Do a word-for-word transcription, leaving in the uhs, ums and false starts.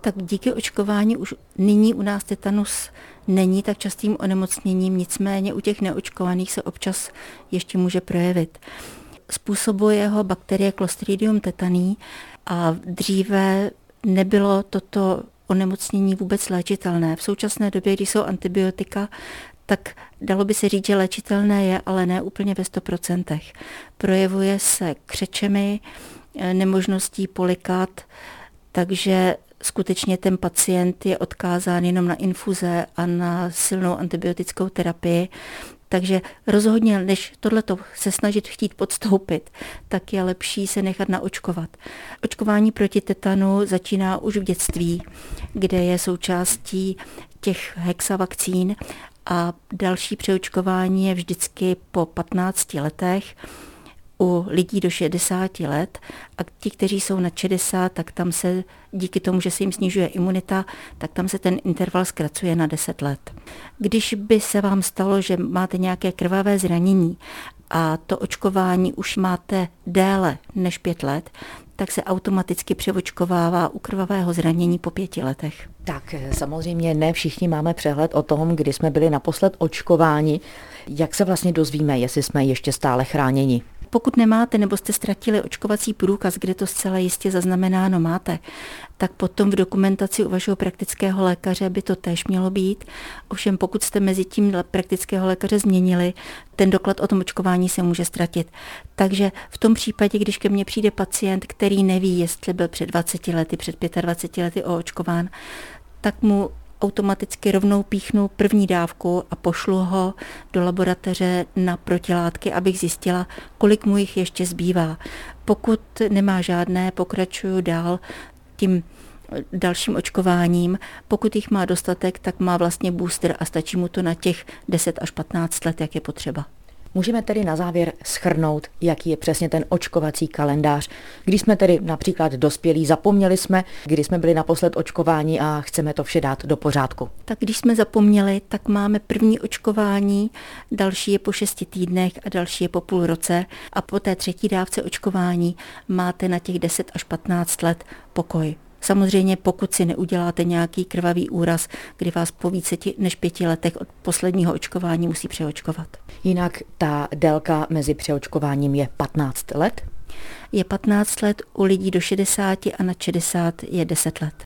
Tak díky očkování už nyní u nás tetanus není tak častým onemocněním, nicméně u těch neočkovaných se občas ještě může projevit. Způsobuje ho bakterie Clostridium tetani a dříve nebylo toto onemocnění vůbec léčitelné. V současné době, když jsou antibiotika, tak dalo by se říct, že léčitelné je, ale ne úplně ve sto procent. Projevuje se křečemi, nemožností polikat, takže skutečně ten pacient je odkázán jenom na infuze a na silnou antibiotickou terapii. Takže rozhodně, než tohleto se snažit chtít podstoupit, tak je lepší se nechat naočkovat. Očkování proti tetanu začíná už v dětství, kde je součástí těch hexavakcín a další přeočkování je vždycky po patnácti letech u lidí do šedesáti let a ti, kteří jsou nad šedesát, tak tam se díky tomu, že se jim snižuje imunita, tak tam se ten interval zkracuje na deset let. Když by se vám stalo, že máte nějaké krvavé zranění a to očkování už máte déle než pět let, tak se automaticky přeočkovává u krvavého zranění po pěti letech. Tak samozřejmě ne všichni máme přehled o tom, kdy jsme byli naposled očkováni. Jak se vlastně dozvíme, jestli jsme ještě stále chráněni? Pokud nemáte nebo jste ztratili očkovací průkaz, kde to zcela jistě zaznamenáno máte, tak potom v dokumentaci u vašeho praktického lékaře by to též mělo být. Ovšem pokud jste mezi tím praktického lékaře změnili, ten doklad o tom očkování se může ztratit. Takže v tom případě, když ke mně přijde pacient, který neví, jestli byl před dvaceti lety, před dvaceti pěti lety oočkován, tak mu automaticky rovnou píchnu první dávku a pošlu ho do laboratoře na protilátky, abych zjistila, kolik mu jich ještě zbývá. Pokud nemá žádné, pokračuju dál tím dalším očkováním. Pokud jich má dostatek, tak má vlastně booster a stačí mu to na těch deset až patnáct let, jak je potřeba. Můžeme tedy na závěr shrnout, jaký je přesně ten očkovací kalendář. Když jsme tedy například dospělí, zapomněli jsme, kdy jsme byli naposled očkováni a chceme to vše dát do pořádku. Tak když jsme zapomněli, tak máme první očkování, další je po šesti týdnech a další je po půl roce a po té třetí dávce očkování máte na těch deset až patnáct let pokoj. Samozřejmě pokud si neuděláte nějaký krvavý úraz, kdy vás po více než pěti letech od posledního očkování musí přeočkovat. Jinak ta délka mezi přeočkováním je patnáct let? Je patnáct let, u lidí do šedesáti a nad šedesát je deset let.